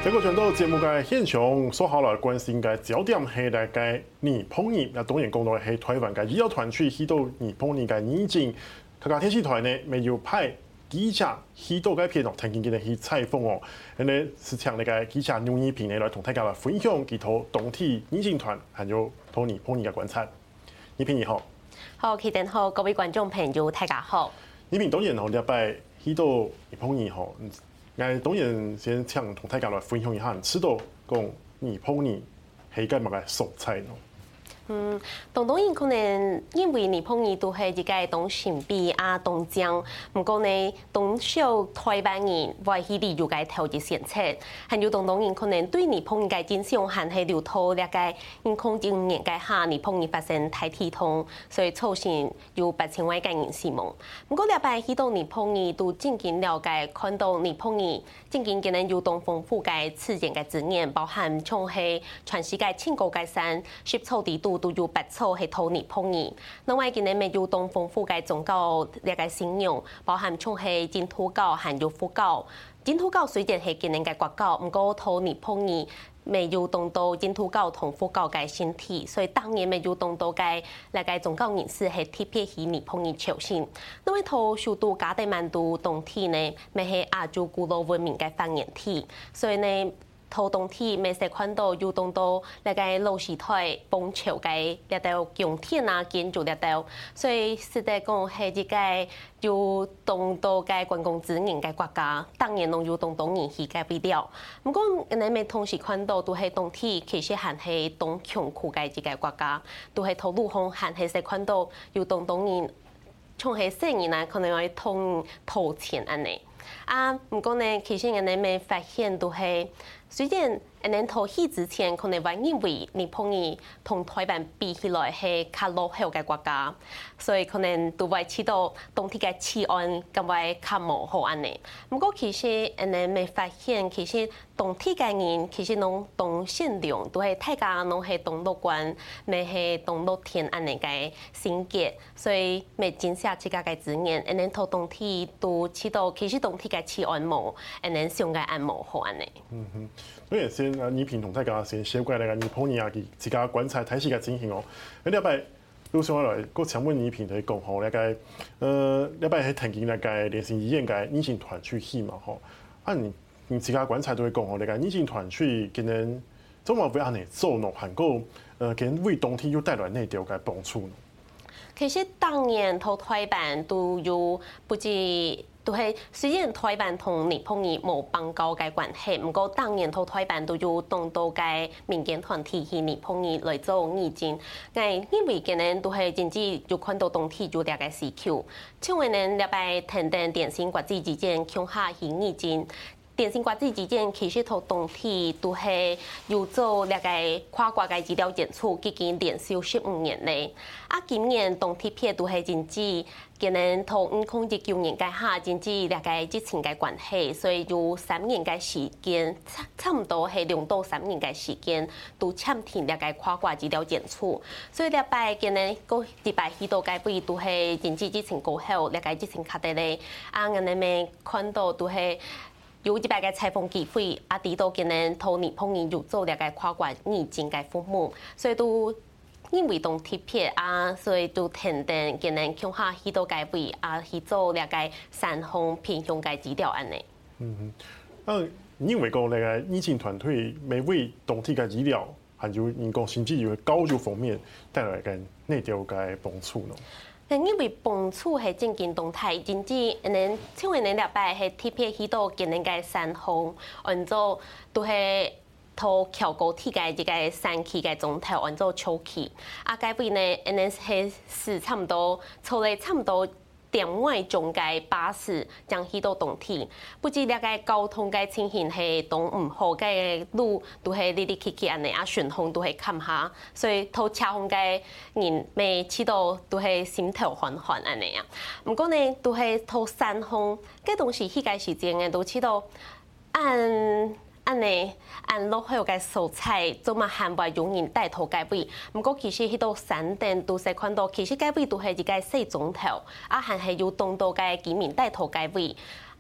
这个全都节目嘅现场所好来关心嘅焦点係大概日本人，那當然講到係台灣嘅醫療團隊去到日本人嘅醫境，佢個天氣台呢未有派記者去到嘅片哦，曾經嘅去採訪哦，咁呢是請那個記者劉一平呢來同大家來分享佢頭當地醫境團，還有同日本人嘅觀察。一平你好， 好，啟den好，各位觀眾朋友大家好。 一平當然哦，禮拜去到日本人吼。當然先請同大家來分享一下，知道講日本人係個乜嘅蔬菜咯。 當然可能因為日本人都係一個東神秘啊東江，不過呢東小台灣人為佢哋有個投資政策，還有當然可能對日本人嘅印象還係留到呢個2005年嘅下日本人發生大體痛，所以造成有8000萬個人死亡。不過禮拜去到日本人都真正了解，看到日本人真正可能有東豐富嘅自然嘅資源，包含像係全世界千個嘅山、濕草地都有百草係土日本人。另外，今年咪有東豐富嘅宗教呢個信仰，包含像係真土教還有佛教。真土教雖然係今年嘅國教，不過土日本人未有動到真土教同佛教嘅身體，所以當然未有動到嘅呢個宗教人士係特別去日本人朝聖。因為土首都加德滿都當地呢，咪係亞洲古老文明嘅發源地，所以呢。土當地咪使看到有當到那個老時代邦朝嘅呢度宮殿啊建築呢度，所以實在講係一個有當到嘅觀光資源嘅國家，當然攏有當到人氣嘅味道。不過你咪同時看到都係當地其實還係東窮苦嘅一個國家，都係土路上還係使看到有當到人，從係細人啊可能會通土錢安尼。啊，不過呢，其實人哋咪發現都係。雖然人頭去之前，可能會認為日本人同台灣比起來係較落後嘅國家，所以可能都會知道當地嘅治安咁會較無好安尼。不過其實人咪發現，其實當地嘅人其實攏當善良，都係大家攏係當樂觀，咪係當樂天安尼嘅性格，所以咪珍惜自家嘅資源。人頭當地都知道，其實當地嘅治安無，人上嘅安無好安尼。 所以先啊，日平同大家先寫過來個日本人啊，佢自家觀察睇時嘅情形哦。你禮拜陸上來，個請問日平嚟講吼，那個禮拜係曾經那個聯合醫院嘅醫境團去嘛吼。啊，你自家觀察都會講吼，那個醫境團去可能怎麼會安尼做呢？韓國可能為當地又帶來呢條嘅幫助呢？ 其實當年到台灣都有不止。都係雖然台灣同日本人冇邦交嘅關係，不過當年到台灣都有當到嘅民間團體去日本人來做義診，因為今年都係真正有看到當地有啲嘅需求，像我哋禮拜聽電電信國際之間向下去義診。電信國際之間其實同當地都係有做呢個跨國嘅醫療檢測，已經連續15年嚟。啊，今年當地片都係真正今年同2019年嘅下真正呢個疫情嘅關係，所以有3年嘅時間，差唔多係2到3年嘅時間都暫停呢個跨國醫療檢測。所以禮拜今年個禮拜去到嘅位都係真正疫情過後，呢個疫情卡得嚟，啊，我哋咪看到都係。有一百個採訪機會，啊，啲到今年同日本人有做呢個跨國義診嘅服務，所以都因為當特別啊，所以都停定今年向下去到嘅位啊，去做呢個3項偏向嘅治療安尼。 因為講那個義診團隊每為當地嘅醫療，還有人工甚至有教育方面帶來嘅呢條嘅幫助咯。 因為幫助係真正動態，真正人像我哋禮拜係特別去到今年嘅3項，按照都係到橋高鐵嘅一個3期嘅總頭，按照秋期。啊，該位呢，人係是差唔多，湊嚟差唔多。點外中嘅巴士將去到當地，不知呢個交通嘅情形係當唔好嘅路都係哩哩崎崎安尼，啊順風都係冚下，所以到車上嘅人未知道都係心頭緩緩安尼啊。唔過呢，都係到3項，嘅當時迄個時間嘅都知道按落後嘅蔬菜，做嘛還未有人帶頭介位。不過其實迄度3點都是看到，其實介位都係一個小總頭，啊還係有當到嘅居民帶頭介位。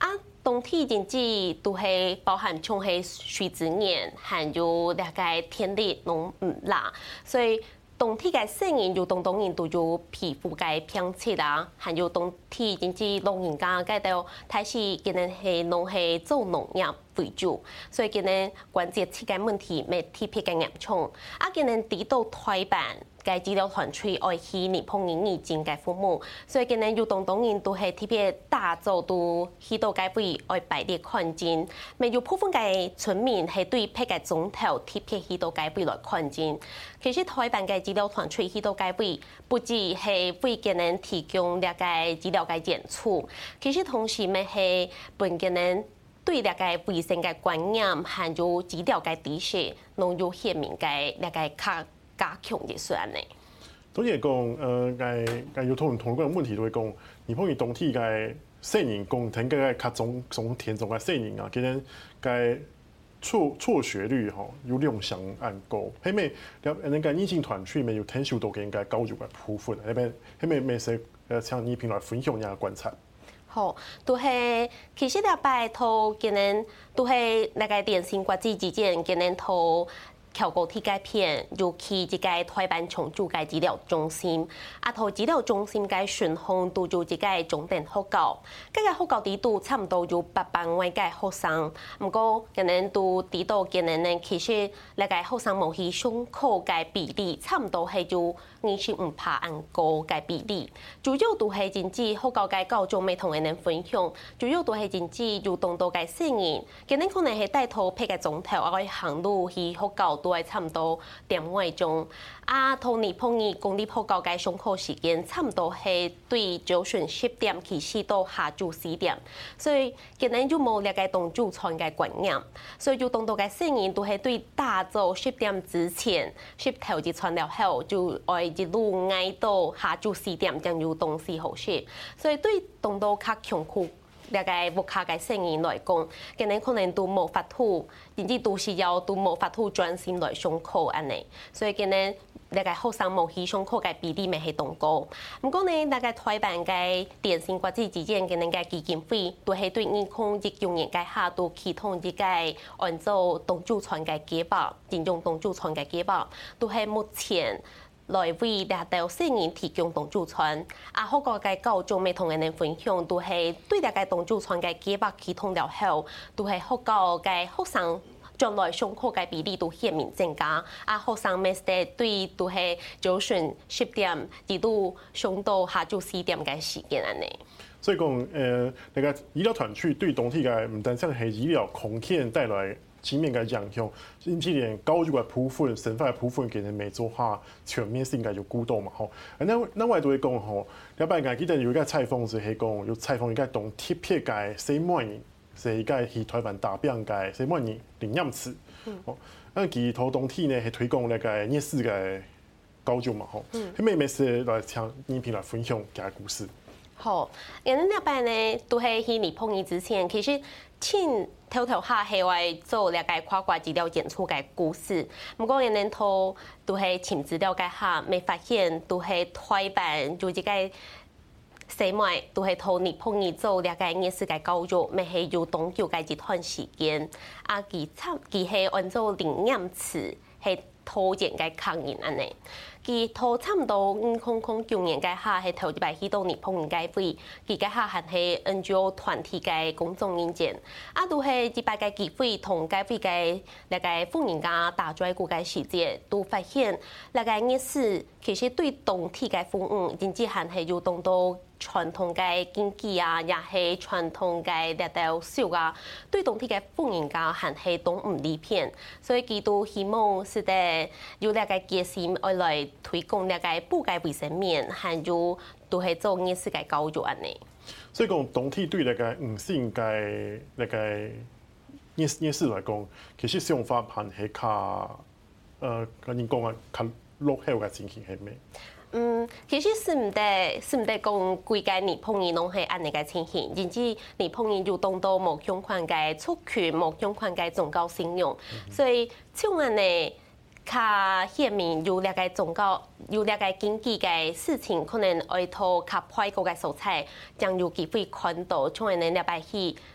冬天经济都係包含像係水資源，還有那個天氣攏唔辣，所以冬天嘅細人就當然都有皮膚嘅偏切啊，還有冬天經濟老人家嘅到開始可能係攏係做農業為主，所以可能關節器嘅問題咪特別嘅嚴重，可能抵到台灣。嘅治療團隊愛去日本人醫症嘅父母，所以今年有當然都係特別大做都去到該位愛排列看診，咪有部分嘅村民係對配嘅總頭特別去到該位來看診。其實台灣嘅治療團隊去到該位，不止係為今年提供了解治療嘅檢處，其實同時咪係本今年對了解衛生嘅觀念，還有治療嘅知識，攏有顯明嘅了解加強嘅算呢？ 當然講，有同個問題都會講，日本嘅冬天嘅細人講，聽嘅較種田種嘅細人啊，其實嘅輟學率吼有兩相按高，係咪？人家醫生團隊咪有聽受到嘅嘅教育嘅部分，係咪咩事？請你平來分享一下觀察。 好，都係其實禮拜頭今年都係那個電信國際之間今年頭。橋高鐵嘅片，尤其一個台灣重組嘅治療中心，頭治療中心嘅順風都有一個重點學校，嗰個學校底度差唔多有800位嘅學生，不過今年都底到今年呢，其實那個學生冇去上課嘅比例，差唔多係就25%按高嘅比例，主要都係經濟學校嘅教授未同人哋分享，主要都係經濟有當到嘅聲音，今年可能係帶頭配嘅總頭，我哋行路去學校。都係差唔多點位鐘，同日本人公立學校嘅上課時間差唔多係對早晨10點起始到下晝4點，所以今年就冇了解當主餐嘅觀念，所以就當到嘅聲音都係對大早10點之前食頭一餐了後，就愛一路挨到下晝4點才有東西好食，所以對當到較窮苦。了解物價嘅聲音來講，今年可能都冇法度，甚至都是要都冇法度專心來上課安尼，所以今年了解學生冇去上課嘅比例咪係當高。唔過呢，了解台灣嘅電信國際之間今年嘅基金會都係對2019年嘅下都啟動一個按照當主傳嘅計劃，應用當主傳嘅計劃，都係目前。來為大家細人提供當主餐，學校嘅教授未同人哋分享，都係對大家當主餐嘅計劃啟動了後，都係學校嘅學生將來上課嘅比例都顯明增加。學生咪係對都係早晨10點一路上到下晝4點嘅時間安尼。 所以講，那個醫療團隊對冬天嘅唔單止係醫療空間帶來。前面嘅影響，甚至連教育嘅部分、生活嘅部分，其實未做下全面性嘅有顧到嘛吼。那我都會講吼，禮拜日記得有一個採訪就係講，有採訪一個當特別嘅細妹人，係一個去台灣大病嘅細妹人林彥慈。佢頭冬天呢係推廣那個熱死嘅教育嘛吼。咁咩事來請你平來分享佢嘅故事？ 好，人哋禮拜呢都係去日本嘅之前，其實前。頭下係為做了解跨國治療檢處嘅故事，不過人哋頭都係尋資料解下，未發現都係台灣就一個細妹都係頭日本人做了解熱死嘅教育，咪係有當久嘅一段時間。佢係按照林彥慈係頭前嘅抗人安尼。佢頭差唔多2009年嘅下係頭一擺去到日本人嘅會，佢嘅下還係 NGO 團體嘅公眾演講，都係一擺嘅機會同嘅會嘅那個婦人家打在嗰個時節，都發現那個熱死其實對冬天嘅服務，甚至還係有當到傳統嘅經濟啊，也係傳統嘅那道燒啊，對冬天嘅婦人家還係都唔理片，所以佢都希望是得有那個決心愛來。推廣了解布嘅衛生面，還有都係做熱死嘅教育安尼。 所以講冬天對那個女性嘅那個熱死來講，其實想法還係較跟你講啊，較落後嘅情形係咩？ 其實是唔得講規個日本人攏係安尼嘅情形，甚至日本人就當到冇相關嘅族群、冇相關嘅宗教信仰，所以像安尼。較顯明有了解宗教、有了解經濟嘅事情，可能愛到較外國嘅素材，將有機會看到，從人哋禮拜去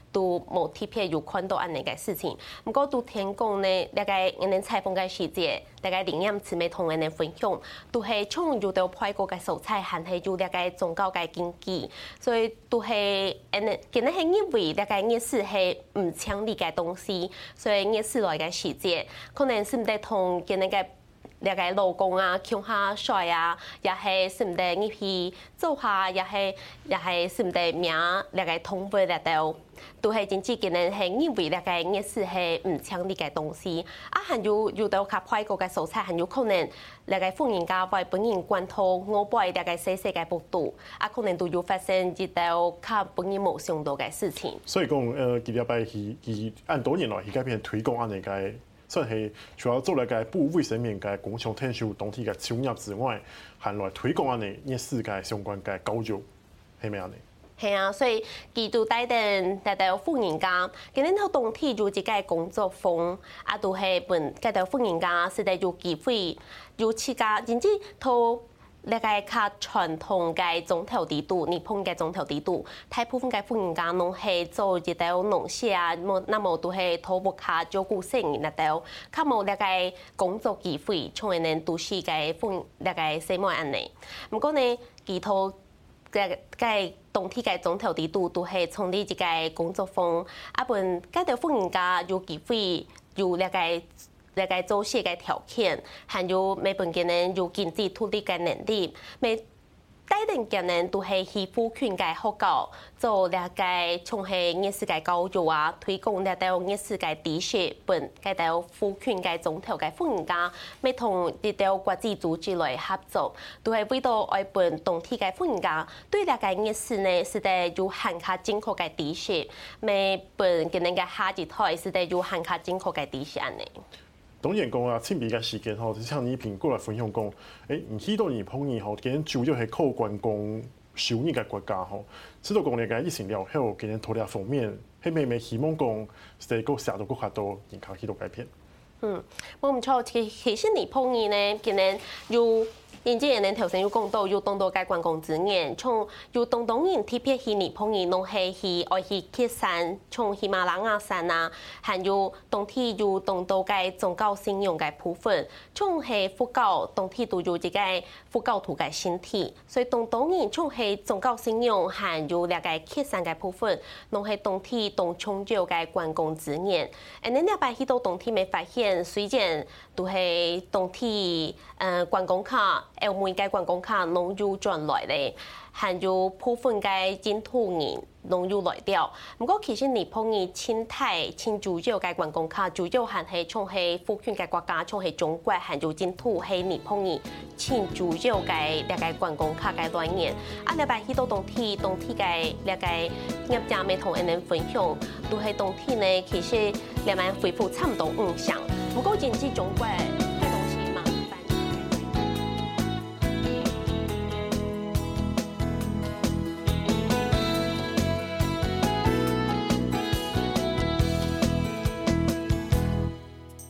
都冇特別有看到安尼個事情。不過都聽講呢，大概我哋採訪嘅細節，大概靈驗姊妹同我哋分享，都係從有到派過嘅素材，還係有大概宗教嘅經濟，所以都係今日係認為大概夜市係唔強烈嘅東西，所以夜市來嘅細節，可能是唔得同今日嘅。大概老公啊，強下帥啊，也係是唔得呢批做下，也係是唔得名，大概通背嚟到，都係真正嘅人係認為大概夜市係唔強烈嘅東西。啊，還有到較快國嘅素材，還有可能大概富人家為本人關頭，我輩大概細細嘅報道，啊，可能都有發生一道較本人冇想到嘅事情。 所以講幾禮拜佢按多年來佢改變推廣安尼個。算係除咗做嚟個部衛生面嘅共享退休當天嘅收入之外，還來推廣安尼夜市嘅相關嘅教育係咩安尼？ 係啊，所以佢都帶動大家富人家，今年頭當天有一個工作坊，啊，都係本大家富人家實在有機會有參加，甚至頭。那個較傳統嘅宗教制度，日本嘅宗教制度，大部分嘅富人家攏係做一道農事啊，那麼都係土木下照顧生意那道，較冇那個工作機會，從而能都市嘅富那個生活安尼。不過呢，其他嘅當天嘅宗教制度都係從呢一個工作坊，啊，本嗰啲富人家有機會有那個。大概做事嘅條件，還有每本嘅人有經濟獨立嘅能力，每帶領嘅人都係去賦權嘅學校，做大概從係夜市嘅教育啊，推廣大到夜市嘅知識，本大到賦權嘅總條嘅富人家，咪同啲到國際組織來合作，都係為到愛本當地嘅富人家對大概夜市呢，是得有涵蓋正確嘅知識，咪本嘅人嘅下一代是得有涵蓋正確嘅知識安尼。 當然講啊，清明嘅時間吼，就像你評過來分享講，唔知道日本人吼，今日主要係靠觀光收入嘅國家吼，知道講你嘅疫情了後，今日頭條方面，係咪希望講係個社會國家都迎合許多改變？ 我唔錯，其實日本人呢，今日有。因之前人頭先有講到，有當到嘅觀光資源，從有當人特別去日本人，攏係去愛去鐵山，從喜馬拉雅山啊，還有當天有當到嘅宗教信仰嘅部分，從係佛教當天都有一個佛教徒嘅身體，所以當人從係宗教信仰，還有兩個鐵山嘅部分，攏係當天當重要嘅觀光資源。而你呢擺去到當天，咪發現雖然都係當天觀光卡。每個觀光卡攏有轉來咧，還有部分嘅本土人攏有來掉。不過其實日本人清泰、清主要嘅觀光卡，主要還係從係附近嘅國家，從係中國，還有本土係日本人清主要嘅那個觀光卡嘅來源。啊，禮拜去到當天嘅那個業者咪同人分享，都係當天呢，其實兩萬恢復差唔多5成。不過甚至中國。